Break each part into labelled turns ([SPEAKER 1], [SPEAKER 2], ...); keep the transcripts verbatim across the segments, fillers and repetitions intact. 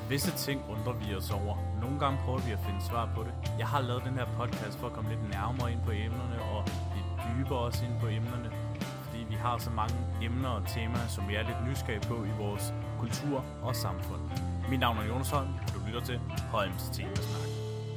[SPEAKER 1] Visse ting undrer vi os over. Nogle gange prøver vi at finde svar på det. Jeg har lavet den her podcast for at komme lidt nærmere ind på emnerne og lidt dybere også ind på emnerne. Fordi vi har så mange emner og temaer, som vi er lidt nysgerrige på i vores kultur og samfund. Mit navn er Jonas Holm, og du lytter til Holms Temasnak.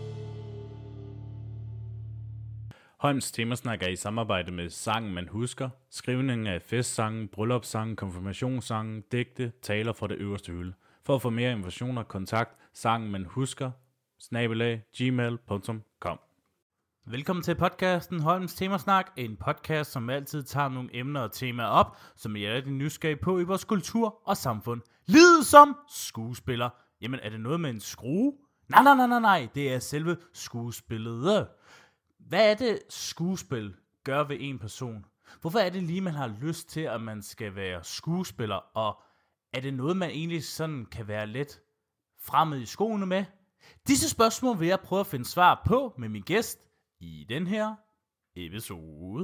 [SPEAKER 1] Holms Temasnak er i samarbejde med Sangen Man Husker, skrivningen af festsange, bryllupssange, konfirmationssange, digte, taler fra det øverste hylde. For at få mere informationer, kontakt sangen man husker, snabelag, gmail punktum com. Velkommen til podcasten Holms Temasnak, en podcast, som altid tager nogle emner og temaer op, som I er lidt nysgerrige på i vores kultur og samfund. Lyd som skuespiller. Jamen, er det noget med en skrue? Nej, nej, nej, nej, nej, det er selve skuespillet. Hvad er det, skuespil gør ved en person? Hvorfor er det lige, man har lyst til, at man skal være skuespiller, og er det noget, man egentlig sådan kan være lidt fremmed i skoene med? Disse spørgsmål vil jeg prøve at finde svar på med min gæst i den her episode.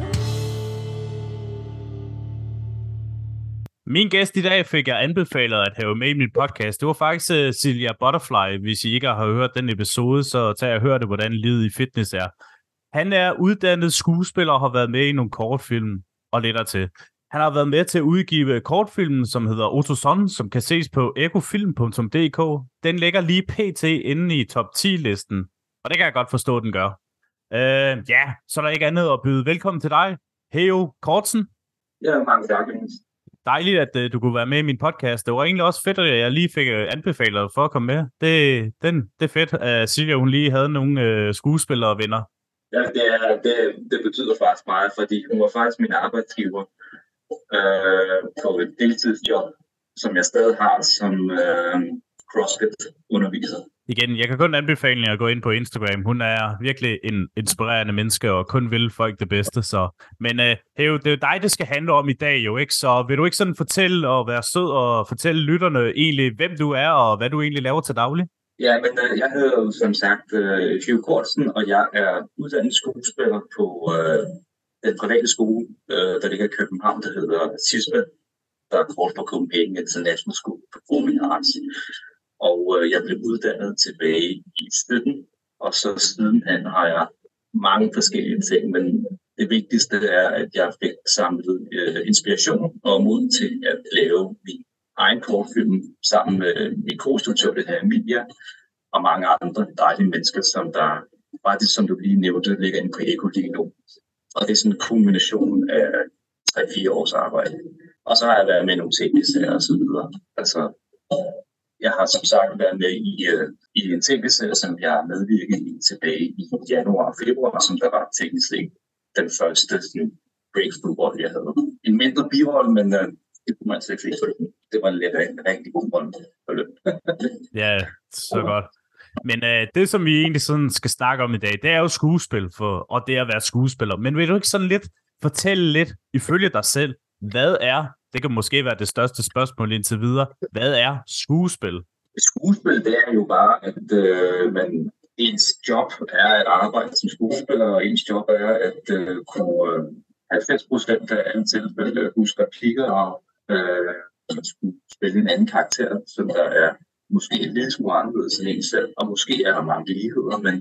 [SPEAKER 1] Min gæst i dag fik jeg anbefalet at have med i min podcast. Det var faktisk uh, Silja Butterfly. Hvis I ikke har hørt den episode, så tag og hør det, hvordan livet i fitness er. Han er uddannet skuespiller og har været med i nogle kortfilm og lidt til. Han har været med til at udgive kortfilmen, som hedder Ottoson, som kan ses på ecofilm punktum d k. Den ligger lige pt. Inde i top ti-listen, og det kan jeg godt forstå, at den gør. Uh, ja, så er der ikke andet at byde velkommen til dig, Heo Kortsen.
[SPEAKER 2] Ja, mange tak.
[SPEAKER 1] Dejligt, at uh, du kunne være med i min podcast. Det var egentlig også fedt, at jeg lige fik uh, anbefalet for at komme med. Det, den, det er fedt, at Silja, hun lige havde nogle uh, skuespillere og venner.
[SPEAKER 2] Ja, det, er, det, det betyder faktisk meget, fordi hun var faktisk min arbejdsgiver øh, på et deltidsjob, som jeg stadig har som øh, CrossFit-underviser.
[SPEAKER 1] Igen, jeg kan kun anbefale at gå ind på Instagram. Hun er virkelig en inspirerende menneske og kun vil folk det bedste. Så. Men uh, Heo, det er jo dig, det skal handle om i dag, jo ikke? Så vil du ikke sådan fortælle og være sød og fortælle lytterne egentlig, hvem du er og hvad du egentlig laver til daglig?
[SPEAKER 2] Ja, men uh, jeg hedder jo som sagt uh, Heo Kortsen, og jeg er uddannet skuespiller på uh, den private skole, uh, der ligger i København, der hedder CISPA, der er kort for Copenhagen International School for Performing Arts. Og øh, jeg blev uddannet tilbage i sytten, og så sidenhen har jeg mange forskellige ting, men det vigtigste er, at jeg fik samlet øh, inspiration og mod til at lave min egen kortfilm sammen med min co-instruktør, det her Emilia, og mange andre dejlige mennesker, som der faktisk, som du lige nævnte, ligger inde på Eko lige nu. Og det er sådan en kombination af tre fire års arbejde. Og så har jeg været med nogle tv-serier og så videre. Altså, jeg har som sagt været med i, uh, i en tv-serie, som jeg har medvirket i tilbage i januar og februar, som der var teknisk set den første breakthrough-rolle, jeg havde. En mindre birolle, men uh, det kunne man slet ikke forløbe. Det var en lidt en rigtig god rolle forløb.
[SPEAKER 1] Ja, så godt. Men uh, det, som vi egentlig sådan skal snakke om i dag, det er jo skuespil, for, og det at være skuespiller. Men vil du ikke sådan lidt fortælle lidt, ifølge dig selv, hvad er, det kan måske være det største spørgsmål indtil videre, hvad er skuespil?
[SPEAKER 2] Skuespil, det er jo bare, at øh, man, ens job er at arbejde som skuespiller, og ens job er at øh, kunne øh, halvfems procent af alle tilfælde huske replikker og øh, spille en anden karakter, som der er måske en lille smule anderledes end en selv, og måske er der mange ligheder, men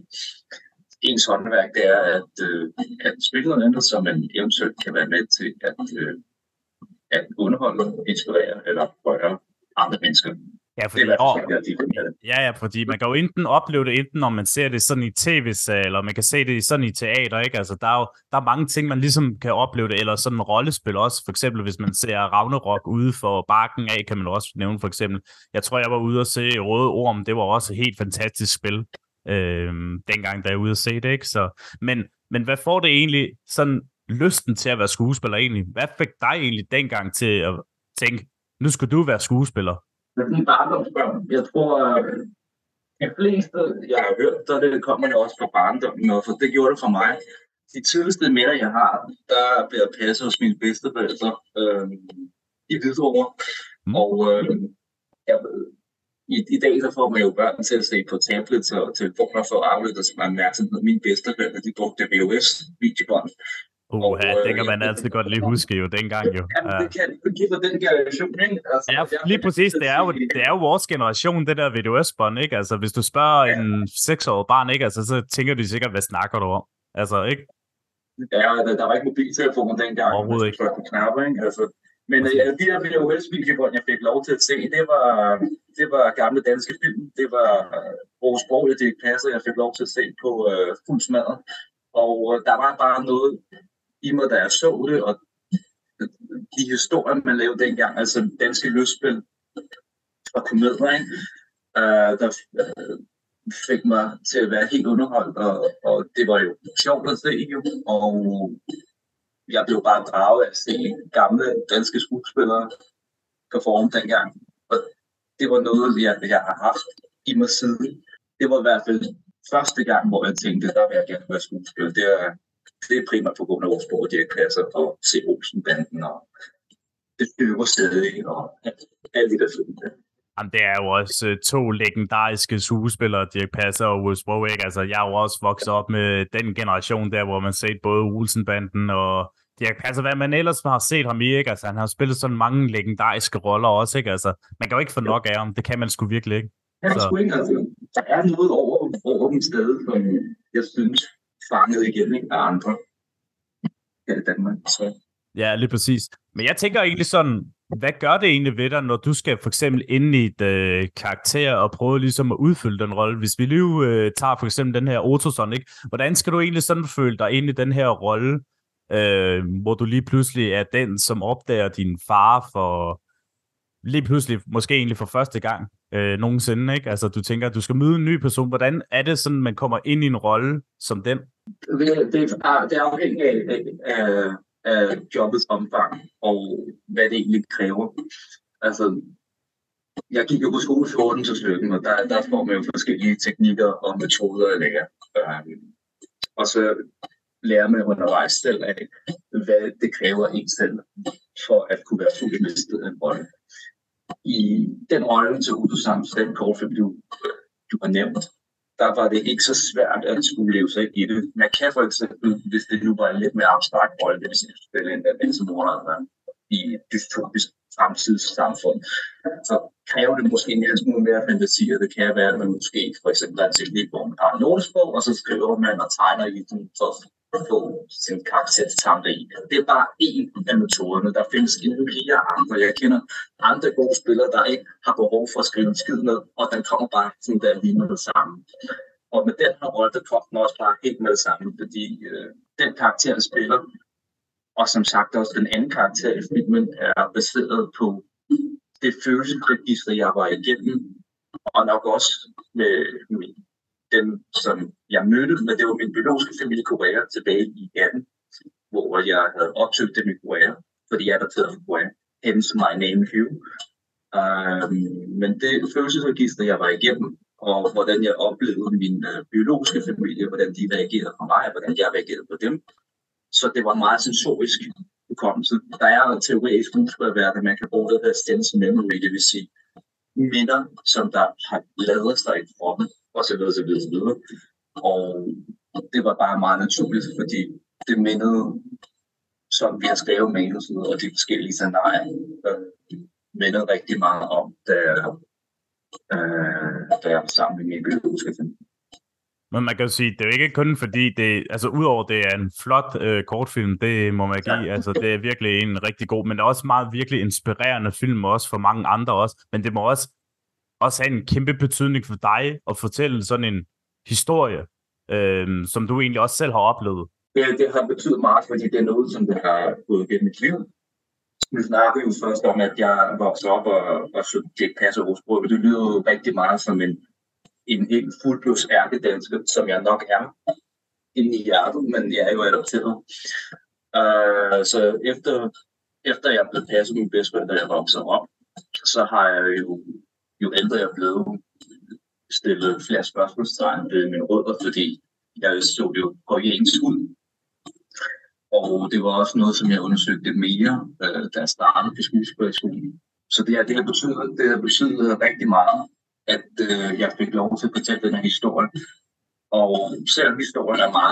[SPEAKER 2] ens håndværk, det er at, øh, at spille noget andet, som man eventuelt kan være med til at øh, at underholde, inspirere eller røre andre mennesker.
[SPEAKER 1] Ja, fordi,
[SPEAKER 2] det er
[SPEAKER 1] og,
[SPEAKER 2] det.
[SPEAKER 1] ja, ja, fordi man kan jo enten opleve det, enten når man ser det sådan i tv-serie, eller man kan se det sådan i teater, ikke? Altså, der er jo der er mange ting, man ligesom kan opleve det, eller sådan en rollespil også. For eksempel, hvis man ser Ragnarok ude for Barken af, kan man også nævne for eksempel. Jeg tror, jeg var ude og se Røde Orm, det var også et helt fantastisk spil, øh, dengang, da jeg var ude at se det, ikke? Så, men, men hvad får det egentlig sådan lysten til at være skuespiller egentlig? Hvad fik dig egentlig dengang til at tænke, nu skal du være skuespiller?
[SPEAKER 2] Det er en barndomsbørn. Jeg tror, at de fleste, jeg har hørt, der det kommer jo også fra barndommen, og for det gjorde det for mig. De tidligste minder, jeg har, der bliver jeg passet hos mine bedsteforældre øh, i Hvidovre. Mm. Og øh, jeg, i, i dag så får man jo børn til at se på tablets og telefoner for at aflede sig med opmærksomhed. Mine bedsteforældre, de brugte V H S-videobånd.
[SPEAKER 1] Uha,
[SPEAKER 2] Og,
[SPEAKER 1] det
[SPEAKER 2] øh,
[SPEAKER 1] kan man
[SPEAKER 2] jeg,
[SPEAKER 1] altid godt lige huske jo, dengang jo.
[SPEAKER 2] jamen,
[SPEAKER 1] Ja.
[SPEAKER 2] det kan det give dig den generation, ikke? Altså,
[SPEAKER 1] Ja,
[SPEAKER 2] jeg
[SPEAKER 1] lige
[SPEAKER 2] kan
[SPEAKER 1] præcis.
[SPEAKER 2] altid
[SPEAKER 1] Det er jo,
[SPEAKER 2] sige,
[SPEAKER 1] det er jo vores generation, det der video S-bånd, ikke? Altså, hvis du spørger
[SPEAKER 2] ja,
[SPEAKER 1] en seksårig barn, ikke? Altså, så tænker de sikkert, hvad snakker du om? Altså, ikke?
[SPEAKER 2] ja, der, der var ikke mobiltelefoner dengang, og man
[SPEAKER 1] Overhovedet
[SPEAKER 2] skulle
[SPEAKER 1] ikke.
[SPEAKER 2] trykke på knapper, ikke? Altså, men
[SPEAKER 1] Præcis.
[SPEAKER 2] øh, de her V H S-videobånd, jeg fik lov til at se, det var, det var gamle danske film. Det var vores sprog, det ikke passer, jeg fik lov til at se på øh, fuld smadret. Og øh, der var bare noget i mig, da jeg så det, og de historier, man lavede dengang, altså danske lystspil og komedier, ikke? Uh, der uh, fik mig til at være helt underholdt, og, og det var jo sjovt at se, jo. Og jeg blev bare draget af at se gamle danske skuespillere performe dengang. Og det var noget, jeg, jeg har haft i mig siden. Det var i hvert fald første gang, hvor jeg tænkte, der vil jeg gerne være skuespiller. Det er, det er primært på grund af vores sprog, Dirch Passer og C. Olsen-banden, og det støver stadig, og alt det der film.
[SPEAKER 1] Jamen, det er jo også uh, to legendariske skuespillere, Dirch Passer og Ulf Sprog, ikke? Altså, jeg er jo også vokset op med den generation der, hvor man har set både Olsen-banden og Dirch Passer, hvad man ellers har set ham i, ikke? Altså, han har spillet sådan mange legendariske roller også, ikke? Altså, man kan jo ikke få nok af ham, det kan man sgu virkelig ikke.
[SPEAKER 2] Ja, så. Sgu ikke, altså, der er noget over, over dem stadig, som jeg synes fanget igen, ikke, af andre her i Danmark. Så.
[SPEAKER 1] Ja, lige præcis. Men jeg tænker egentlig sådan, hvad gør det egentlig ved dig, når du skal for eksempel ind i et øh, karakter og prøve ligesom at udfylde den rolle? Hvis vi lige øh, tager for eksempel den her Ottoson, ikke? Hvordan skal du egentlig sådan føle dig ind i den her rolle, øh, hvor du lige pludselig er den, som opdager din far for lige pludselig, måske egentlig for første gang øh, nogensinde, ikke? Altså du tænker, at du skal møde en ny person. Hvordan er det sådan, man kommer ind i en rolle som den?
[SPEAKER 2] Det, det, er, det er afhængigt af, af af jobbets omfang, og hvad det egentlig kræver. Altså, jeg gik jo på skole fjorten til sytten, og der, der får man jo forskellige teknikker og metoder at lære. Og så lærer man undervejs selv af, hvad det kræver en selv, for at kunne være fuldt bevidst af en rolle. I den rolle til Ottoson, den kortfilm, du, du har nævnt, der var det ikke så svært at skulle leve sig i det. Man kan for eksempel, hvis det nu var en lidt mere abstrakt rolle, det vil sige, at spille en dansemorder i et dystopisk fremtidssamfund, så kræver det måske en lille smule mere fantasi, og det kan være, at man måske for eksempel har en teknik, hvor man har en notesbog, og så skriver man og tegner i den for at få sin karakter til tanke i. Det er bare en af metoderne. Der findes endnu flere andre. Jeg kender andre gode spillere, der ikke har behov for at skrive en skid ned, og den kommer bare sådan der lige med det samme. Og med den her rolle, der kom den også bare helt med det samme, fordi øh, den karakter, der spiller, og som sagt også den anden karakter i filmen, er baseret på det følelsesregister, jeg var igennem, og nok også med min, den, som jeg mødte, men det var min biologiske familie i Korea tilbage i atten, hvor jeg havde opsøgt dem i Korea, fordi jeg er adopteret fra Korea. Hence my name Hugh. Um, men det følelsesregister, jeg var igennem, og hvordan jeg oplevede min uh, biologiske familie, hvordan de reagerede på mig, og hvordan jeg reagerede på dem. Så det var meget sensorisk hukommelse. Der er en teori i skuespillerverdenen, at man kan bruge det her sense memory, det vil sige minder, som der har lavet sig i kroppen, og så videre, så videre, så videre. Og det var bare meget naturligt, fordi det mindede, som vi har skrevet manuset, og de forskellige scenarier, øh, mindede rigtig meget om, da, øh, da jeg var sammen med min biologiske familie.
[SPEAKER 1] Men man kan jo sige, det er jo ikke kun fordi, det, altså udover det er en flot øh, kortfilm, det må man give, ja. Altså det er virkelig en rigtig god, men det er også meget virkelig inspirerende film, også for mange andre også, men det må også, også have en kæmpe betydning for dig, at fortælle sådan en historie, øh, som du egentlig også selv har oplevet.
[SPEAKER 2] Ja, det har betydet meget, fordi det er noget, som det har gået gennem mit liv. Vi snakkede jo først om, at jeg voksede op og, og så Dirch Passer hos bror, det lyder jo rigtig meget som en en helt fuldblods ærkedansker, som jeg nok er inde i hjertet, men jeg er jo adopteret. Uh, så efter, efter jeg blev passet min bedsteforældre, da jeg voksede op, så har jeg jo, jo ældre jeg blevet, stillet flere spørgsmålstegn ved mine rødder, fordi jeg så jo koreansk ud. Og det var også noget, som jeg undersøgte mere, uh, da jeg startede på skuespillerskolen. Så det, det har betydet, det har betydet rigtig meget, at øh, jeg fik lov til at fortælle den her historie. Og selvom historien er meget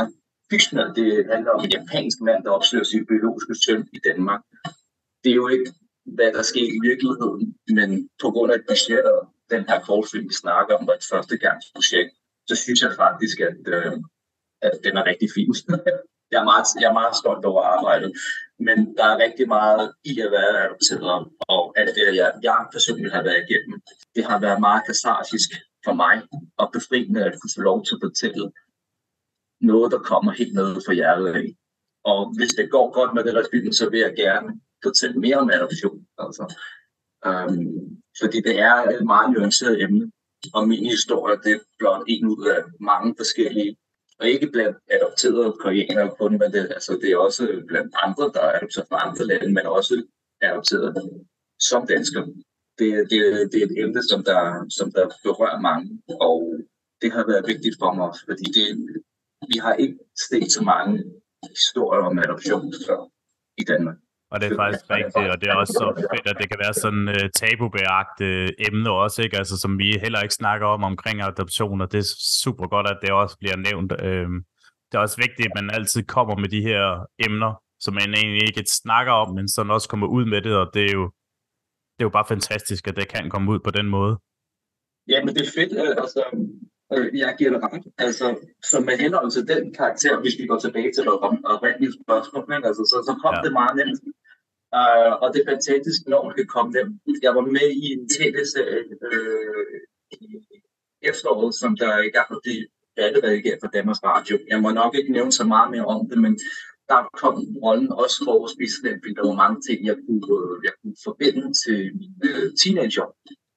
[SPEAKER 2] Fichtner, det handler om en japansk mand, der opsøger sin biologiske søn i Danmark. Det er jo ikke, hvad der sker i virkeligheden, men på grund af et budget og den her kortfilm, vi snakker om, var et førstegangsprojekt, så synes jeg faktisk, at, øh, at den er rigtig fin. jeg, er meget, jeg er meget stolt over arbejdet, men der er rigtig meget i at være adopteret, og alt det, jeg, jeg personligt har været igennem, det har været meget katarsisk for mig, og befriende at kunne få lov til at fortælle noget, der kommer helt ned fra hjertet af. Og hvis det går godt med det der film, så vil jeg gerne fortælle mere om adoption. Altså. Um, fordi det er et meget nuanceret emne, og min historie, det er blot en ud af mange forskellige, og ikke blandt adopterede koreanere kun, men det, altså, det er også blandt andre, der er adopteret fra andre lande, men også adopteret som danskere. Det, det, det er et emne, som der, som der berører mange, og det har været vigtigt for mig, fordi det, vi har ikke set så mange historier om adoption før i Danmark.
[SPEAKER 1] Og det er faktisk rigtigt, og det er også så fedt, at det kan være sådan uh, tabubelagte emne også, ikke? Altså, som vi heller ikke snakker om omkring adoption, og det er super godt, at det også bliver nævnt. Øhm, det er også vigtigt, at man altid kommer med de her emner, som man egentlig ikke snakker om, men sådan også kommer ud med det, og det er jo, det er jo bare fantastisk, at det kan komme ud på den måde.
[SPEAKER 2] Ja, men det er fedt, altså, jeg giver det ret. Altså, så med henhold til den karakter, hvis vi går tilbage til noget oprindeligt spørgsmål, altså, så, så kom ja. det meget nemt. Uh, og det er fantastisk, når det kan komme nemt. Jeg var med i en tv-serie øh, i efteråret, som der er i gang med det valgredigeret for Danmarks Radio. Jeg må nok ikke nævne så meget mere om det, men der kom rollen også forholdsvis nemt, fordi der var mange ting, jeg kunne, jeg kunne forbinde til mine øh, teenager.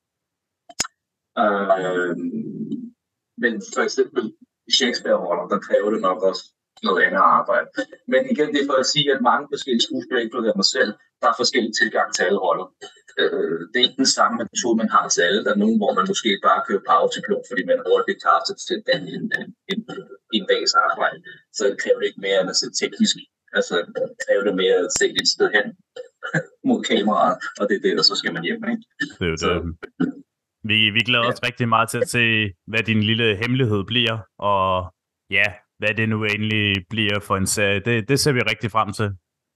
[SPEAKER 2] Uh, Men for eksempel i Shakespeare-roller, der kræver det nok også noget andet arbejde. Men igen, det er for at sige, at mange forskellige skuespillere, inkluderer mig selv, der er forskellige tilgang til alle roller. Øh, det er ikke den samme metode, man har til alle. Der er nogen, hvor man måske bare kører på autopilot, fordi man hurtigt kan til til en, en, en, en dags arbejde. Så det kræver det ikke mere end at se teknisk. Altså, det kræver det mere at se et sted hen mod kameraet, og det er det, og så skal man hjem. Ikke?
[SPEAKER 1] Det er jo det. Vi, vi glæder os ja. rigtig meget til at se, hvad din lille hemmelighed bliver, og ja, hvad det nu egentlig bliver for en serie. Det, det ser vi rigtig frem til.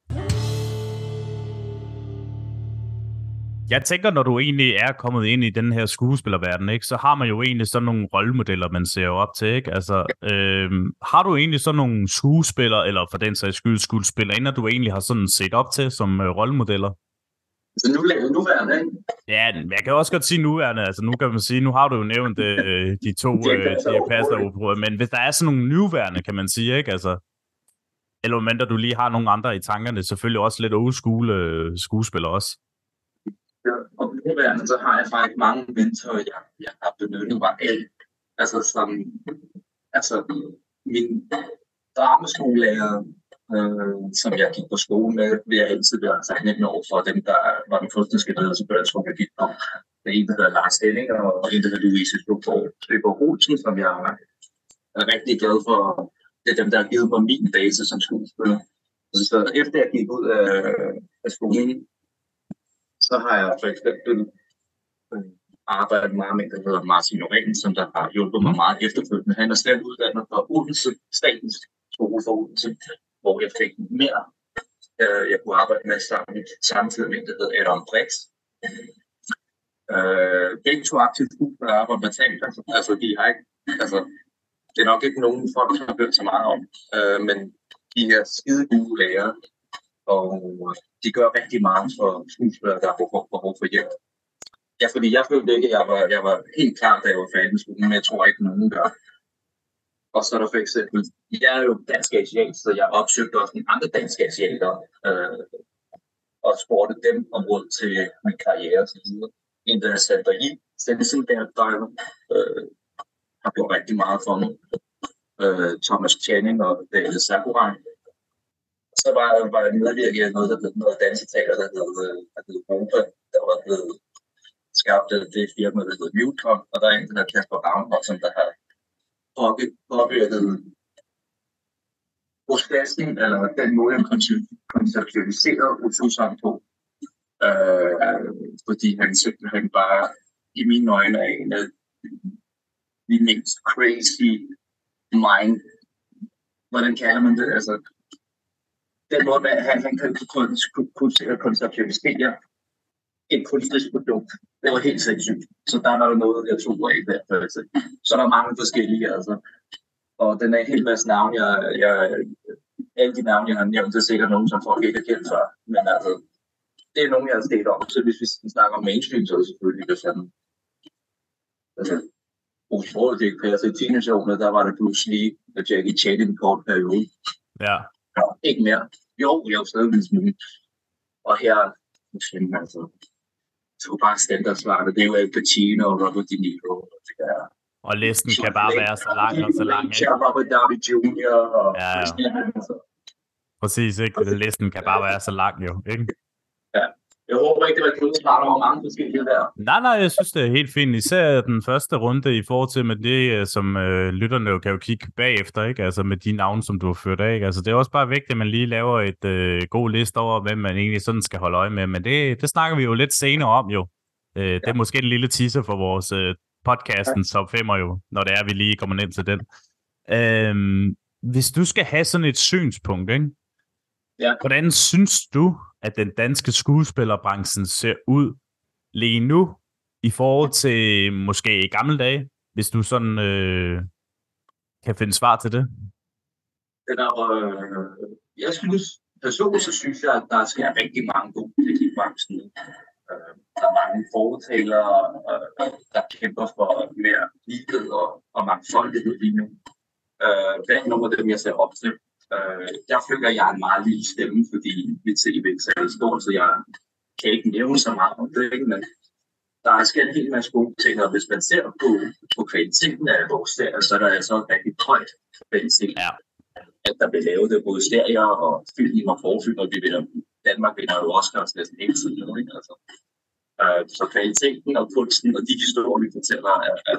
[SPEAKER 1] Jeg tænker, når du egentlig er kommet ind i den her skuespillerverden, ikke, så har man jo egentlig sådan nogle rollemodeller, man ser op til. Ikke? Altså, øhm, har du egentlig sådan nogle skuespillere, eller for den sags skyld skuespillerinder, du egentlig har sådan set op til som øh, rollemodeller?
[SPEAKER 2] Så nu er nuværende, ikke?
[SPEAKER 1] Ja, jeg kan også godt sige nuværende. Altså nu kan man sige, nu har du jo nævnt øh, de to Dirch men hvis der er sådan nogle nuværende, kan man sige, ikke? Altså, eller momenter, du lige har nogle andre i tankerne, selvfølgelig også lidt old school øh, skuespillere også.
[SPEAKER 2] Ja, og nuværende, så har jeg faktisk mange mentorer, jeg, jeg har benyttet mig af. Altså som, altså min dramaskolelærer, Øh, som jeg gik på skole med, vil jeg altid være taknemmelig over for dem, der var den kunstneriske ledelse på den skole, jeg gik på. Det er en, der hedder Lars Henning, og en, der hedder Louise Støber Olsen, som jeg er rigtig glad for. Det er dem, der har givet mig min base som skuespiller. Så efter jeg gik ud af, af skolen, så har jeg for eksempel arbejdet meget med, der hedder Martin Norén, som der har hjulpet mig meget efterfølgende. Han er selv uddannet fra Odense, Statens Skole for Odense, hvor jeg fik mere, øh, jeg kunne arbejde med sammen, samtidig med, der hedder Adam Brix. Øh, begge to aktivt skuespillere arbejder med teater, altså de har ikke, altså det er nok ikke nogen folk, som har hørt så meget om, øh, men de er skide gode lærere, og de gør rigtig meget for skuespillere, der har behov, behov for hjælp. Ja, fordi jeg følte ikke, at jeg var, jeg var helt klar, da jeg var færdig med skolen, men jeg tror ikke, nogen gør. Og så er der for eksempel, jeg er jo dansk asiat, så jeg opsøgte også nogle andre danske asiater, øh, og spurgte dem om råd til min karriere og så videre. En, der er Sandra I, Sensenberg, der øh, har gjort rigtig meget for mig. Øh, Thomas Channing og David Sakurai. Så var, var jeg medvirket i noget, der hed noget danseteater, der hed, der hed Europa, der var blevet skabt af det firma, der hed Newcom, og der er en, der hedder Kasper Ravnhoff, som der har påvirket processen, eller den måde, jeg konceptualiserede Ususan på. Øh, fordi han simpelthen bare, i mine øjne, er en af de mest crazy mind hvordan kalder man det? Altså, den måde, at han, han kan konceptualisere et kunstnerisk produkt. Det var helt sindssygt. Så der var der noget, jeg tog af der. Så der er mange forskellige, altså. Og den er en hel masse navn, jeg, jeg, alle de navn, jeg har nævnt, det er sikkert nogen, som folk ikke har kendt før. Men altså, det er nogen, jeg har stedt om. Så hvis vi snakker om mainstream, så er det selvfølgelig det sådan. Altså, Bruce Brød, det ikke passer i teenageårene, der var det Bruce Lee og Jackie Chan i en kort periode.
[SPEAKER 1] Ja.
[SPEAKER 2] Ja, ikke mere. Jo, jeg er jo stadig en smule. Og her, altså, så bare standardsvarende, det er jo Al Pacino og Robert De Niro. Det er,
[SPEAKER 1] og listen kan bare være så lang og så lang.
[SPEAKER 2] Ja, Robert Downey junior og
[SPEAKER 1] ja, ja. Præcis, ikke? Listen kan bare være så lang jo, ikke?
[SPEAKER 2] Ja. Jeg håber ikke, det var et svar over mange forskellige der.
[SPEAKER 1] Nej, nej, jeg synes, det er helt fint. Især den første runde i forhold til med det, som øh, lytterne jo kan jo kigge bagefter, ikke? Altså med de navne, som du har ført af, ikke? Altså det er også bare vigtigt, at man lige laver et øh, god liste over, hvem man egentlig sådan skal holde øje med. Men det, det snakker vi jo lidt senere om jo. Øh, ja. Det er måske en lille teaser for vores øh, podcasten top femmer jo, når det er, vi lige kommer ind til den. Øh, hvis du skal have sådan et synspunkt, ikke?
[SPEAKER 2] Ja.
[SPEAKER 1] Hvordan synes du, at den danske skuespillerbranchen ser ud lige nu, i forhold til måske i gamle dage, hvis du sådan øh, kan finde svar til det?
[SPEAKER 2] Den er, øh, jeg synes, personligt så synes jeg, at der sker rigtig mange gode ting i branchen. Øh, der er mange fortalere, øh, der kæmper for mere lighed og, og mangfoldighed lige nu. Øh, det er nogle af dem, jeg ser op til. Uh, jeg føler, at jeg er en meget lille stemme, fordi mit C V er så stort, så jeg kan ikke nævne så meget om det, ikke? Men der er sket en hel masse gode ting, og hvis man ser på, på kvaliteten af vores serier, så er der altså rigtig højt kvalitet,
[SPEAKER 1] ja.
[SPEAKER 2] At der bliver lavet det både serier og film og forfilm, og vi vinder, Danmark vinder jo Oscars næsten hele tiden, ikke? Altså, uh, så kvaliteten og kunsten og de historier, vi fortæller, er, er,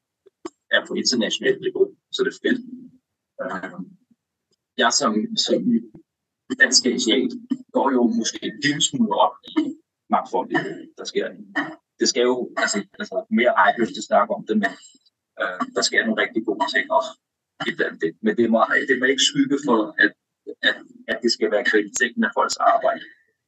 [SPEAKER 2] er på internationalt niveau, så det er fedt. Uh, Jeg som, som dansk asiat går jo måske en lille smule op i mangfoldighed, der sker. Det skal jo, altså, altså mere ejløst at snakke om det, men øh, der sker nogle rigtig gode ting også i blandt det. Men det må, det må ikke skygge for, at, at, at det skal være kvaliteten af folks arbejde.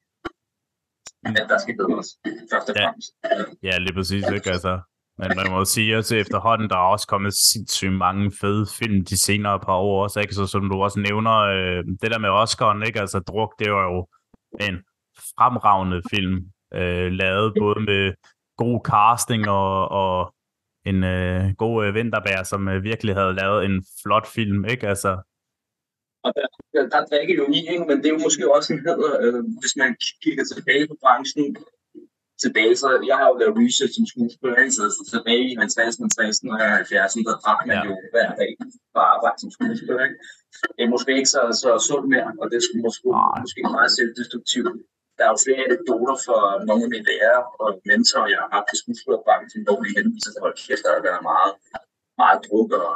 [SPEAKER 2] At der skal bedres, først og fremmest.
[SPEAKER 1] Ja, ja lige præcis, ikke? Altså. Men man må sige, at efterhånden, der er også kommet sindssygt mange fede film de senere par år også, ikke? Så som du også nævner, øh, det der med Oscar'en, ikke? Altså Druk, det var jo en fremragende film, øh, lavet både med god casting og, og en øh, god øh, Vinterberg, som øh, virkelig havde lavet en flot film, ikke? Altså.
[SPEAKER 2] Og der, der, der drikker jo i, ikke? Men det er jo måske også en hedder, øh, hvis man kigger tilbage på branchen, tilbage, så jeg har jo lavet research som skuespiller, så tilbage i halvtredserne, tresserne og halvfjerdserne, der drak man jo hver dag for at arbejde som skuespiller, ikke? Det er måske ikke så, så sundt mere, og det er måske, måske meget selvdestruktivt. Der er jo flere anekdoter for nogle af mine lærere og mentorer, jeg har haft i skuespillerbranchen, hvor de henviser til, at der har været meget, meget druk, og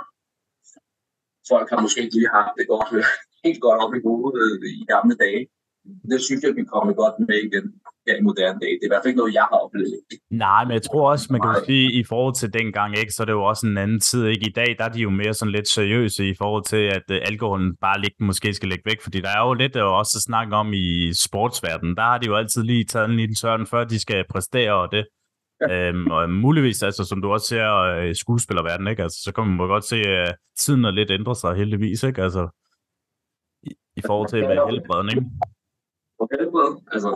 [SPEAKER 2] folk har måske ikke lige haft det godt, helt godt op i hovedet i gamle dage. Det synes jeg, vi kommer godt med igen. Ja, i moderne dag. Det er i hvert fald ikke noget, jeg har oplevet.
[SPEAKER 1] Nej, men jeg tror også, man kan sige, i forhold til dengang, ikke, så er det jo også en anden tid. Ikke? I dag, der er de jo mere sådan lidt seriøse i forhold til, at uh, alkoholen bare lig, måske skal lægge væk. Fordi der er jo lidt uh, også at snakke om i sportsverdenen. Der har de jo altid lige taget en lille tørn, før de skal præstere og det. Ja. Øhm, og muligvis, altså, som du også ser i uh, skuespillerverdenen, ikke? Altså, så kan man godt se, at uh, tiden er lidt ændret sig heldigvis, ikke? Altså, i, i forhold til med helbredden, ikke?
[SPEAKER 2] For helbredden, altså...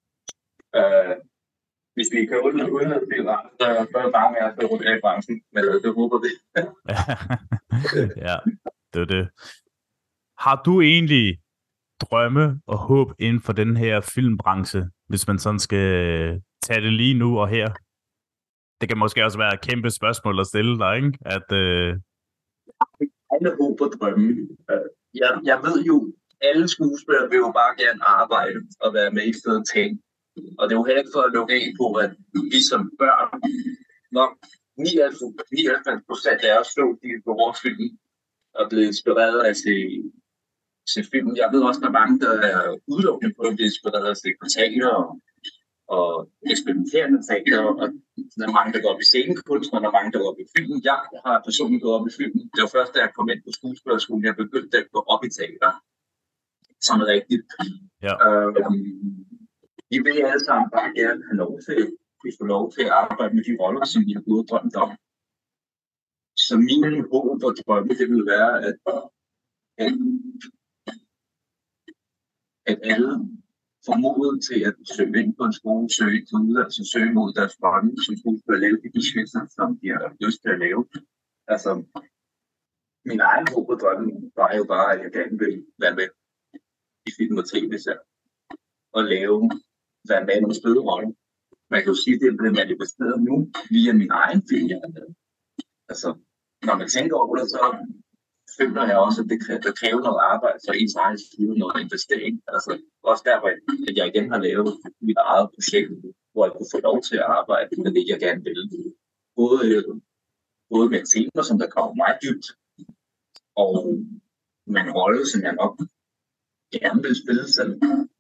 [SPEAKER 2] Uh, hvis vi kan undlade udenrigsbiler, så er det bare med at få rundt i branchen, men uh, det håber vi.
[SPEAKER 1] Ja, det er det. Har du egentlig drømme og håb inden for den her filmbranche, hvis man sådan skal tage det lige nu og her? Det kan måske også være et kæmpe spørgsmål at stille dig, ikke? At, uh...
[SPEAKER 2] Alle håb og drømme. Uh, jeg, jeg ved jo, alle skuespillere vil jo bare gerne arbejde og være med i stedet ting. Og det er jo heller ikke for at lukke af på, at vi som børn, nok nioghalvfems procent af os så de på vores film og blevet inspireret af at se, se film. Jeg ved også, at der er mange, der er udelukkende på at blive inspireret af at se portaler og, og eksperimenterende teater, og der er mange, der går op i scenekunst, og der er mange, der går op i film. Jeg har personligt gået op i film. Det var først, da jeg kom ind på skuespillerskolen, jeg begyndte at gå op i teater. Sådan rigtigt.
[SPEAKER 1] Ja.
[SPEAKER 2] Øhm, vi vil alle sammen bare gerne have lov til, vi får lov til at arbejde med de roller, som vi har gået og drømt om. Så min håb og drømme, det vil være, at, at, at alle får modet til at søge ind på en skole, søge ind på uddannelse, søge mod deres drømme, som skuespiller at lave de beslutninger, som de har lyst til at lave. Altså, min egen håb og drømme var jo bare, at jeg gerne ville være med i film og tv-serier og lave, være med i nogle spæde roller. Man kan jo sige, at det er blevet manifesteret nu via min egen film, jeg har lavet. Altså, når man tænker over det, så føler jeg også, at det kræver, det kræver noget arbejde for ens egen side, noget investering. Altså, også derfor, at jeg igen har lavet mit eget projekt, hvor jeg kunne få lov til at arbejde med det, jeg gerne vil. Både, både med tema, som der kommer meget dybt, og med en rolle, som jeg nok gerne vil spille selv.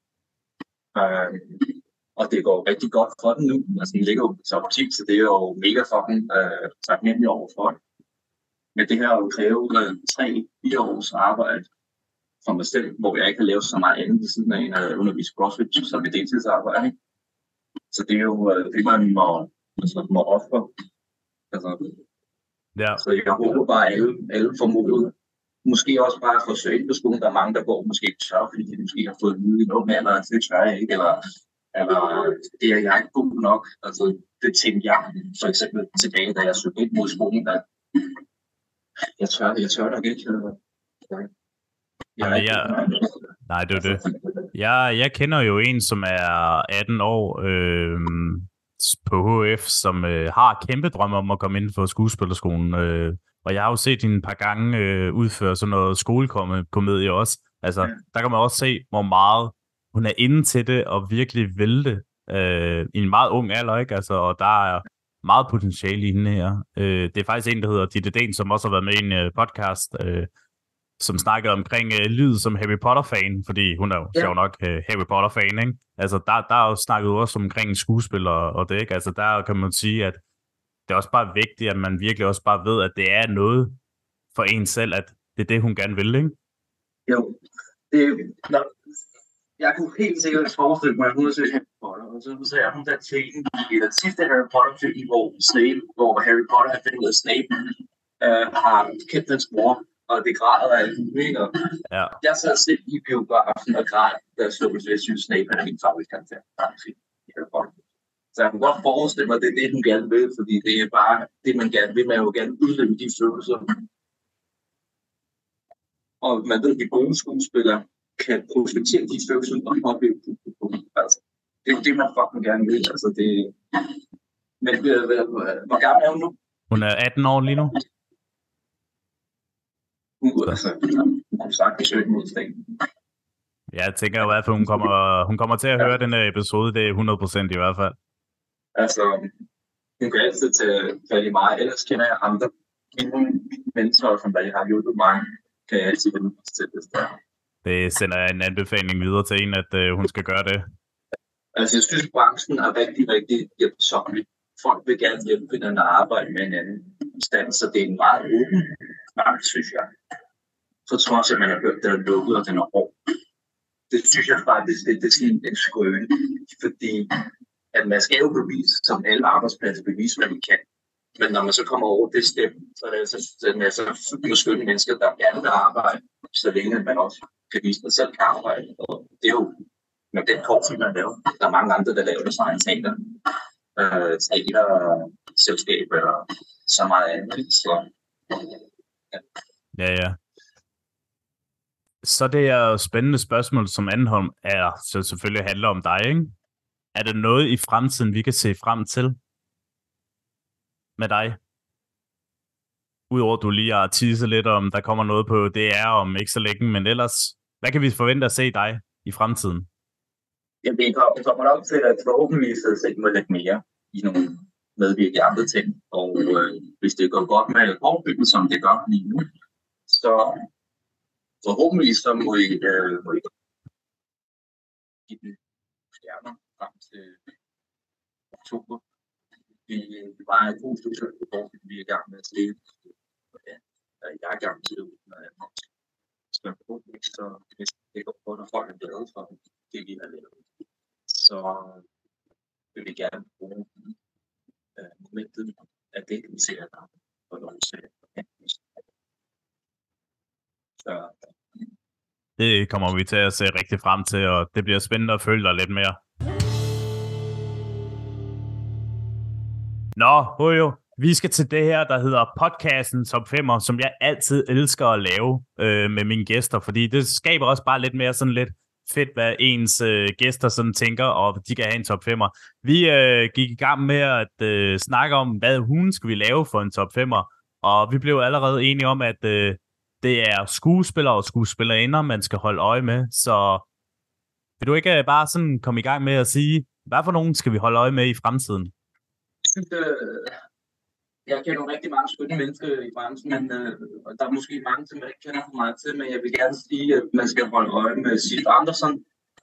[SPEAKER 2] Uh, og det går rigtig godt for den nu. Altså, den ligger jo på top ti, så det er jo mega fucking uh, taknemmelig overfor det. Men det her har jo krævet uh, tre fire års arbejde for mig selv, hvor jeg ikke har lavet så meget andet ved siden af en uh, undervis CrossFit, som er deltidsarbejde. Så det er jo uh, det, man må, altså, må ofre. Altså,
[SPEAKER 1] ja.
[SPEAKER 2] Så jeg håber bare, at alle, alle får mulighed. Måske også bare for søge ind på skolen. Der er mange, der går måske ikke tør, fordi de måske har fået en vide i noget med, eller det tør jeg ikke, eller, eller det er jeg ikke god nok. Altså, det tænkte jeg for eksempel tilbage, da jeg søgte ind mod skolen, at jeg tør, jeg tør nok ikke. Jeg,
[SPEAKER 1] Jamen, jeg, nej, det er det. Jeg, jeg kender jo en, som er atten år øh, på H F, som øh, har kæmpe drømme om at komme ind for skuespillerskolen. Øh, og jeg har jo set hende et par gange øh, udføre sådan noget skolekomedie også. Altså, der kan man også se, hvor meget hun er inde til det og virkelig vil det øh, i en meget ung alder, ikke? Altså, og der er meget potentiale i hende her. Øh, det er faktisk en, der hedder Ditte Den, som også har været med i en øh, podcast, øh, som snakkede omkring øh, lyd som Harry Potter-fan, fordi hun er jo sjov nok øh, Harry Potter-fan, ikke? Altså, der, der er jo snakket også omkring skuespil og, og det, ikke? Altså, der kan man sige, at det er også bare vigtigt, at man virkelig også bare ved, at det er noget for en selv, at det er det, hun gerne vil, ikke?
[SPEAKER 2] Jo, det er... Jeg kunne helt sikkert forestille mig, at hun har set Harry Potter, og så ser hun der scene i den sidste Harry Potter-film, hvor Snape, hvor Harry Potter har fundet ud af Snape, øh, har kendt hans bror, og det græder af alt muligt.
[SPEAKER 1] Ja.
[SPEAKER 2] Jeg sad selv i biografen og græd, da jeg så, hvis jeg synes, Snape er min favoritkarakter i Harry Potter. Så jeg kan godt forestille mig, at det er det, hun gerne vil, fordi det er bare det, man gerne vil. Man jo gerne udleve de følelser. Og man ved, at de gode skuespillere kan prospektere de følelser og opleve publikum. Altså, det er jo det, man fucking gerne vil. Altså, det... Men hvor gammel er hun nu?
[SPEAKER 1] Hun er atten år lige nu.
[SPEAKER 2] Uh, altså, hun kunne sagtens søge mod staten.
[SPEAKER 1] Ja, jeg tænker i hvert fald, hun kommer, hun kommer til at høre ja. Den her episode. Det er hundrede procent i hvert fald.
[SPEAKER 2] Altså, hun kan altid tage fat i mig. Ellers kender jeg andre. Mine mentorer, som der har hjulpet mig, kan jeg altid henvise til det.
[SPEAKER 1] Det sender jeg en anbefaling videre til en, at øh, hun skal gøre det.
[SPEAKER 2] Altså, jeg synes, branchen er rigtig, rigtig hjælpsommelig. Folk vil gerne hjælpe hinanden og arbejde med en anden stand, så det er en meget åben branche, synes jeg. Så tror jeg, at man har hørt, at den er lukket, og den er hård. Det synes jeg faktisk, det, det er sådan en skrøne, fordi at man skal jo bevise, som alle arbejdspladser bevise, hvad man kan. Men når man så kommer over det step, så er det altså, altså fyldt med skønne mennesker, der gerne vil arbejde, så længe man også kan vise, at man selv kan arbejde. Og det er jo med den kortfilm, man laver. Der er mange andre, der laver det sådan teater. Øh, teater, selskaber og så meget andet. Så,
[SPEAKER 1] ja. ja, ja. Så det er spændende spørgsmål, som Andenholm er, så selvfølgelig handler om dig, ikke? Er der noget i fremtiden, vi kan se frem til med dig? Udover at du lige har teaset lidt om, der kommer noget på D R om ikke så længe, men ellers, hvad kan vi forvente at se dig i fremtiden?
[SPEAKER 2] Jamen, vi kommer nok til at forhåbentligvis se mig lidt mere i nogle medvirke andre ting, og øh, hvis det går godt med overbygget, som det gør lige nu, så forhåbentlig så må I, øh, må I give den stjerner frem til oktober. Vi, vi var i god situation, hvor vi er i gang med at stille. Ja, jeg er i gang til det, når jeg skal på det, så hvis det går på, når folk er glade for det, vi har lavet, så vil vi gerne bruge øh, momentet af det, vi ser der på lov til. Så
[SPEAKER 1] Det kommer vi til at se rigtig frem til, og det bliver spændende at følge dig lidt mere. Nå, Hojo, vi skal til det her, der hedder podcasten Top femmer, som jeg altid elsker at lave øh, med mine gæster, fordi det skaber også bare lidt mere sådan lidt fedt, hvad ens øh, gæster sådan tænker, og de kan have en top femmer. Vi øh, gik i gang med at øh, snakke om, hvad hun skal vi lave for en top femmer, og vi blev allerede enige om, at øh, det er skuespillere og skuespillerinder, man skal holde øje med, så vil du ikke bare sådan komme i gang med at sige, hvad for nogen skal vi holde øje med i fremtiden?
[SPEAKER 2] Jeg synes, øh, jeg kender rigtig mange skønne mennesker i branchen, men øh, der er måske mange, som jeg ikke kender for meget til, men jeg vil gerne sige, at man skal holde øje med Sif Andersen,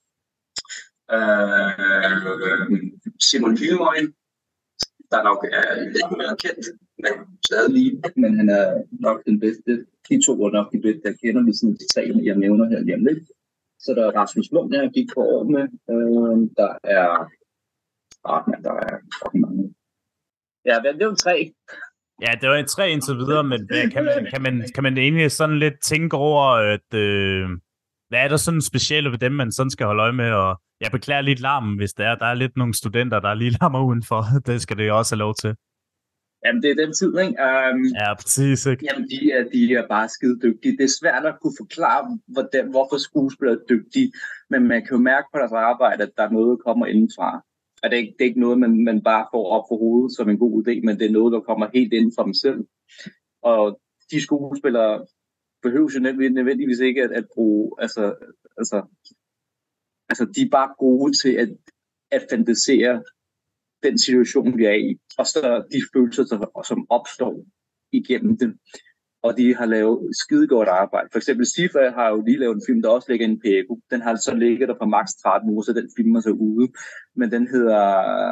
[SPEAKER 2] øh, Simon Hilmøjen, der nok er lidt mere kendt, men stadig lige, men han er nok den bedste. De to er nok de bedste, jeg kender, lige sådan de tre, jeg nævner her lige om lidt. Så der er Rasmus Munk, jeg gik på år med. Øh, der er... Ah, men der er fucking mange. Ja, det er jo tre.
[SPEAKER 1] Ja, det var en tre indtil videre, men kan man, kan man, kan man egentlig sådan lidt tænke over, at øh, hvad er der sådan specielle ved dem, man sådan skal holde øje med? Og jeg beklager lidt larmen, hvis der er. Der er lidt nogle studenter, der lige larmer udenfor. Det skal det jo også have lov til.
[SPEAKER 2] Jamen, det er den tid, ikke? Um,
[SPEAKER 1] ja, præcis, ikke?
[SPEAKER 2] Jamen, de er, de er bare skide dygtige. Det er svært at kunne forklare, hvordan, hvorfor skuespillere er dygtige, men man kan jo mærke på deres arbejde, at der er noget, der kommer indenfra. Og det er ikke, det er ikke noget, man, man bare får op for hovedet som en god idé, men det er noget, der kommer helt inden for dem selv. Og de skuespillere behøver jo nødvendigvis ikke at, at bruge, altså, altså, altså de er bare gode til at, at fantasere den situation, vi er i, og så de følelser, som opstår igennem det. Og de har lavet skidegodt arbejde. For eksempel Sifa har jo lige lavet en film, der også ligger inde i Pego. Den har så ligget der på maks tretten uger, så den film er så ude. Men den hedder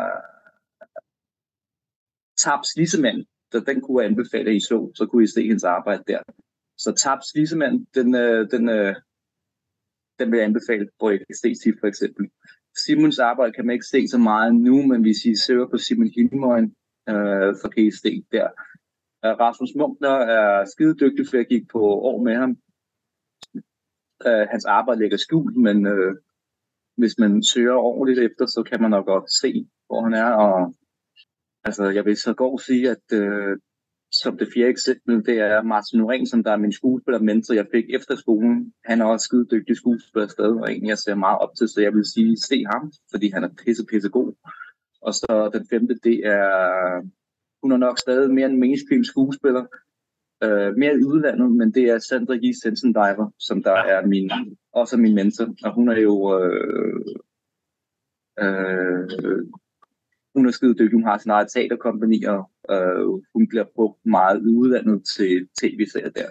[SPEAKER 2] Taps Lissemand. Så den kunne jeg anbefale, at I så. Så kunne I se hendes arbejde der. Så Taps Lissemand, den, den, den vil jeg anbefale, hvor I kan se Sifa for eksempel. Simons arbejde kan man ikke se så meget nu, men hvis I søger på Simon Hilmøjen, øh, så kan I se der. Uh, Rasmus Munk er skide dygtig, for jeg gik på år med ham. Uh, hans arbejde ligger skjult, men uh, hvis man søger ordentligt efter, så kan man nok godt se, hvor han er. Og, altså, jeg vil så godt sige, at uh, som det fjerde eksempel, det er Martin Norén, som der er min skuespillermentor, jeg fik efter skolen. Han er også skide dygtig skuespiller stadig, og en jeg ser meget op til, så jeg vil sige, se ham, fordi han er pisse, pisse god. Og så den femte, det er... Hun er nok stadig mere en mainstream skuespiller. Øh, mere i udlandet, men det er Sandra G. Sensendiver, som der er min, også er min mentor. Og hun er jo... Øh, øh, hun er skide dygtig. Hun har sin eget teaterkompagni, og øh, hun bliver brugt meget i udlandet til tv-serier der.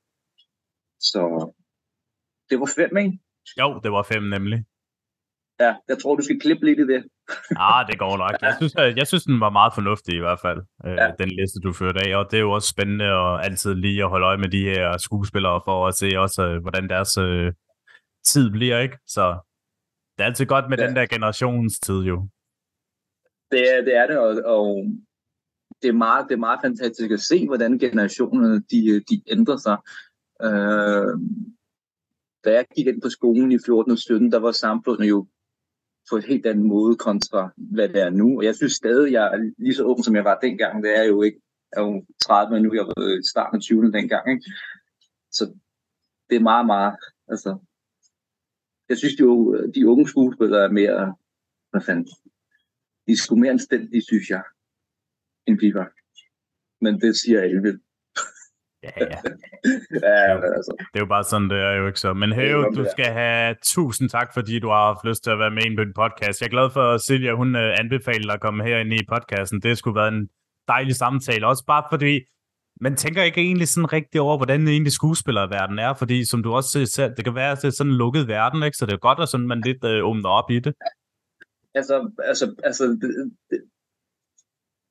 [SPEAKER 2] Så det var fem, ikke?
[SPEAKER 1] Jo, det var fem nemlig.
[SPEAKER 2] Ja, jeg tror, du skal klippe lidt i det.
[SPEAKER 1] Ah, det går nok. Jeg synes, jeg, jeg synes, den var meget fornuftig i hvert fald, ja. øh, den liste, du førte af. Og det er jo også spændende at altid lige at holde øje med de her skuespillere, for at se også, øh, hvordan deres øh, tid bliver, ikke? Så det er altid godt med ja. Den der generationstid, jo.
[SPEAKER 2] Det er det, er det og, og det, er meget, det er meget fantastisk at se, hvordan generationerne de, de ændrer sig. Øh, da jeg gik ind på skolen i fjorten og sytten, der var samfundet jo på et helt andet måde kontra, hvad det er nu. Og jeg synes stadig, jeg er lige så ung, som jeg var dengang. Det er jo ikke jeg er jo tredive, men nu jeg var i starten af tyverne dengang. Ikke? Så det er meget, meget... Altså, jeg synes jo, de unge skuespillere er mere... Hvad fanden? De er sgu mere anstændige, synes jeg, end de var. Men det siger jeg ikke.
[SPEAKER 1] Ja, ja.
[SPEAKER 2] ja altså.
[SPEAKER 1] Det er jo bare sådan, det er jo ikke så. Men Højo, du skal have tusind tak, fordi du har haft lyst til at være med på en podcast. Jeg er glad for, at Silja, hun anbefaler at komme herinde i podcasten. Det skulle være en dejlig samtale. Også bare fordi, man tænker ikke egentlig sådan rigtig over, hvordan egentlig skuespillerverden er. Fordi som du også siger, det kan være, at det er sådan en lukket verden, ikke? Så det er godt, at sådan, man lidt øh, åbner op i det.
[SPEAKER 2] Altså, altså, altså det, det,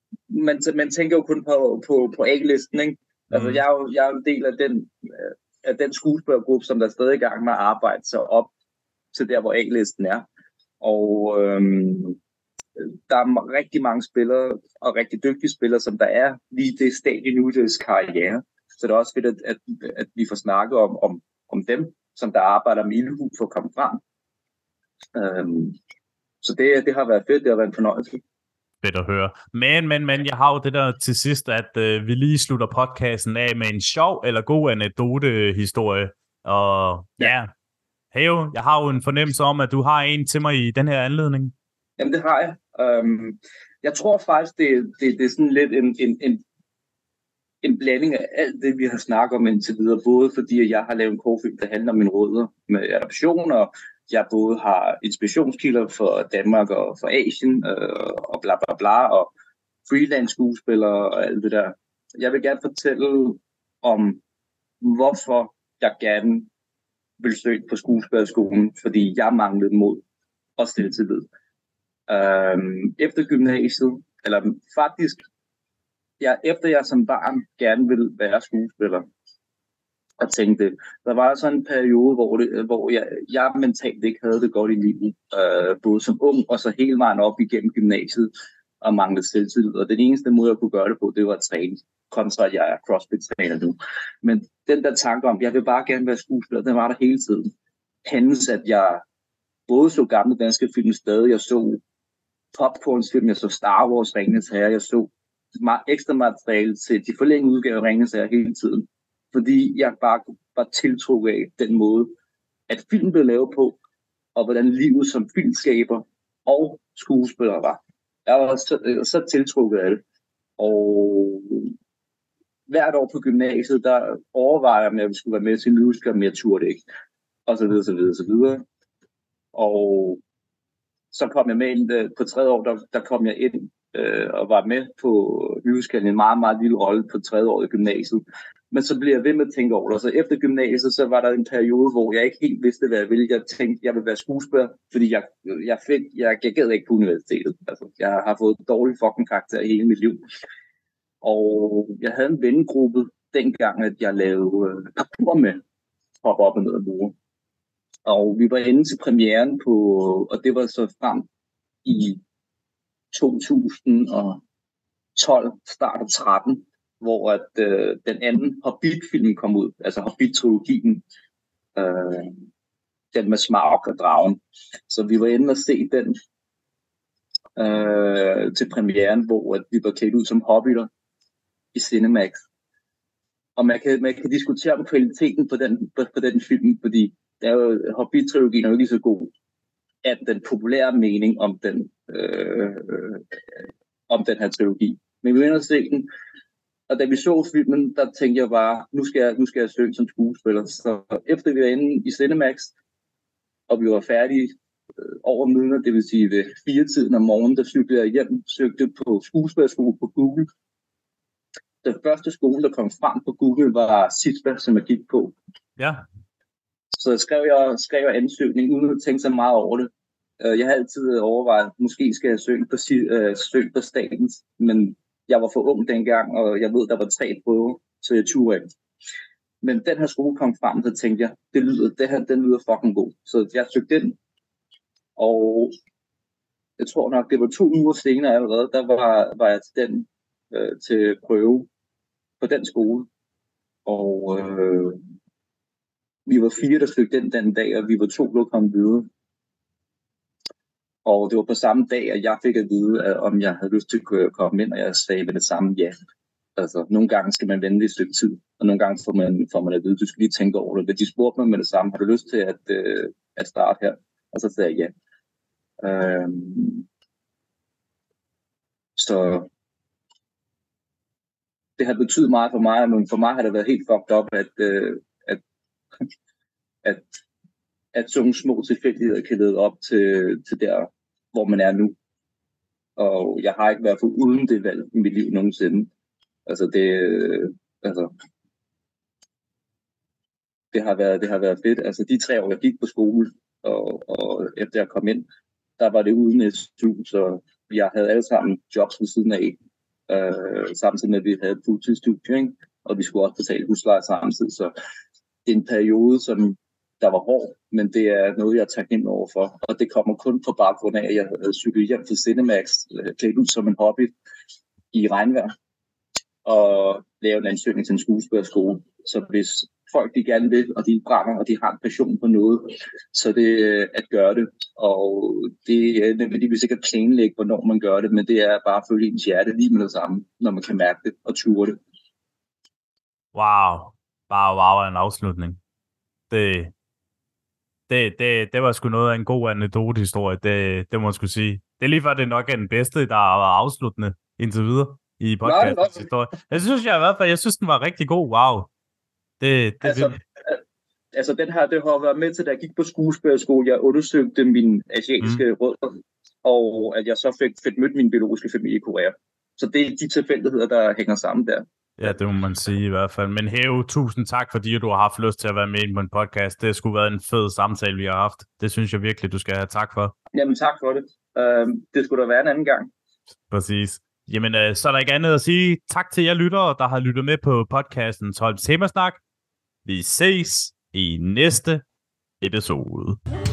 [SPEAKER 2] man, man tænker jo kun på, på, på A-listen, ikke? Mm. Altså, jeg er, jo, jeg er jo en del af den, af den skuespillergruppe, som der er stadig i gang med at arbejde sig op til der, hvor A-listen er. Og øhm, der er rigtig mange spillere, og rigtig dygtige spillere, som der er lige det stadie nu i deres karriere. Så det er også fedt, at, at, at vi får snakket om, om, om dem, som der arbejder med ildhu for at komme frem. Øhm, så det, det har været fedt, det har været en fornøjelse.
[SPEAKER 1] Fedt at høre. Men, men, men, jeg har jo det der til sidst, at øh, vi lige slutter podcasten af med en sjov eller god anekdote-historie. Og ja, ja. Hey jo, jeg har jo en fornemmelse om, at du har en til mig i den her anledning.
[SPEAKER 2] Jamen, det har jeg. Um, jeg tror faktisk, det, det, det er sådan lidt en, en, en, en blanding af alt det, vi har snakket om indtil videre. Både fordi jeg har lavet en kortfilm, der handler om mine rødder med adoption, og jeg både har inspirationskilder for Danmark og for Asien, øh, og bla bla bla, og freelance skuespillere og alt det der. Jeg vil gerne fortælle om, hvorfor jeg gerne vil søge på skuespillerskolen, fordi jeg manglede mod og selvtillid. Øhm, efter gymnasiet, eller faktisk, jeg, efter jeg som barn gerne ville være skuespiller, og tænkte, der var sådan en periode, hvor, det, hvor jeg, jeg mentalt ikke havde det godt i livet, øh, både som ung og så hele vejen op igennem gymnasiet, og manglede selvtillid. Og den eneste måde, jeg kunne gøre det på, det var at træne, kontra at jeg er CrossFit-træner nu. Men den der tanke om, jeg vil bare gerne være skuespiller, den var der hele tiden. Hændes, at jeg både så gamle danske film stadig, jeg så popcornsfilm, jeg så Star Wars, Ringenes Herre, jeg så meget ekstra materiale til de forlængede udgaver af Ringenes Herre hele tiden. Fordi jeg bare var tiltrukket af den måde, at film blev lavet på, og hvordan livet som filmskaber og skuespiller var. Jeg var så, så tiltrukket af det. Og hvert år på gymnasiet, der overvejede jeg, om jeg skulle være med til musical, men jeg turde ikke. Og så videre, så videre, så videre. Og så kom jeg med ind på tredje år, der, der kom jeg ind øh, og var med på musical, en meget, meget lille rolle på tredje år i gymnasiet. Men så blev jeg ved med at tænke over det. Så efter gymnasiet, så var der en periode, hvor jeg ikke helt vidste, hvad jeg ville. Jeg tænkte, jeg ville være skuespiller, fordi jeg, jeg, fik, jeg, jeg gad ikke på universitetet. Altså, jeg har fået dårlig fucking karakter i hele mit liv. Og jeg havde en vennegruppe dengang, at jeg lavede øh, parkour med hoppe op og ned ad mure. Og vi var inde til premieren på, og det var så frem i to tusind og tolv, start af tretten, hvor at, øh, den anden Hobbit-film kom ud, altså Hobbit-trilogien, øh, den med Smaug og dragen. Så vi var inde og se den øh, til premieren, hvor at vi var klædt ud som hobbiter i Cinemax. Og man kan, man kan diskutere om kvaliteten på den, på, på den film, fordi der er jo, Hobbit-trilogien er jo lige så god af den populære mening om den, øh, øh, om den her trilogi. Men vi var inde og se den, og da vi så filmen, der tænkte jeg bare, nu skal jeg, nu skal jeg søge som skuespiller. Så efter vi var inde i Cinemax, og vi var færdige øh, over midnat, det vil sige ved fire tiden om morgenen, der cyklede jeg hjem, søgte på skuespillerskole på Google. Den første skole, der kom frem på Google, var CISPA, som jeg gik på.
[SPEAKER 1] Ja.
[SPEAKER 2] Så skrev jeg, skrev jeg ansøgning, uden at tænke så meget over det. Jeg har altid overvejet, måske skal jeg søge på, øh, søge på statens, men jeg var for ung dengang, og jeg ved, der var tre prøver, så jeg turde ikke. Men den her skole kom frem, så tænkte jeg, det lyder, det her, den lyder fucking god. Så jeg søgte den, og jeg tror nok, det var to uger senere allerede, der var, var jeg til den, øh, til prøve på den skole. Og øh, vi var fire, der søgte den den dag, og vi var to, der kom videre. Og det var på samme dag, at jeg fik at vide, at om jeg havde lyst til at komme ind, og jeg sagde med det samme ja. Altså, nogle gange skal man vente et stykke tid, og nogle gange får man, får man at vide, du skal lige tænke over det. De spurgte mig med det samme, har du lyst til at, øh, at starte her? Og så sagde jeg ja. Øhm, så det har betydet meget for mig, men for mig har det været helt fucked up, at, øh, at, at, at sådan små tilfældigheder kan lede op til, til der, hvor man er nu. Og jeg har ikke været for uden det valg i mit liv nogensinde. Altså det, altså, det har været, det har været fedt. Altså de tre år, jeg gik på skole, og, og efter jeg kom ind, der var det uden S U, så jeg havde alle sammen jobs ved siden af. øh, samtidig med, at vi havde et fuldtidsstudie, ikke? Og vi skulle også betale husleje samtidig. Så det er en periode, som der var hård, men det er noget, jeg er taknemmelig over for. Og det kommer kun på baggrund af, at jeg havde cyklet hjem fra Cinemax, klædt ud som en hobby i regnvejr, og lave en ansøgning til en skuespillerskole. Så hvis folk de gerne vil, og de brænder, og de har en passion på noget, så det er at gøre det. Og det er nødvendigvis ikke at planlægge, hvornår man gør det, men det er bare at følge ens hjerte lige med det samme, når man kan mærke det og ture det.
[SPEAKER 1] Wow. Bare wow af en afslutning. Det, det, det, det var sgu noget af en god anekdotehistorie, det, det må man skulle sige. Det er lige før, det nok er den bedste, der har været afsluttende indtil videre i podcastens historie. Jeg synes jeg i hvert fald, jeg synes den var rigtig god. Wow. Det, det
[SPEAKER 2] altså,
[SPEAKER 1] vil...
[SPEAKER 2] altså den her, det har været med til, da jeg gik på skuespillerskole. Jeg undersøgte mine asiatiske mm. rødder, og at jeg så fik, fik mødt min biologiske familie i Korea. Så det er de tilfældigheder, der hænger sammen der.
[SPEAKER 1] Ja, det må man sige i hvert fald. Men Hæve, tusind tak, fordi du har haft lyst til at være med på en podcast. Det har sgu været en fed samtale, vi har haft. Det synes jeg virkelig, du skal have tak for.
[SPEAKER 2] Jamen tak for det. Uh, det skulle da være en anden gang.
[SPEAKER 1] Præcis. Jamen, øh, så er der ikke andet at sige. Tak til jer lyttere, der har lyttet med på podcasten Holms Temasnak. Vi ses i næste episode.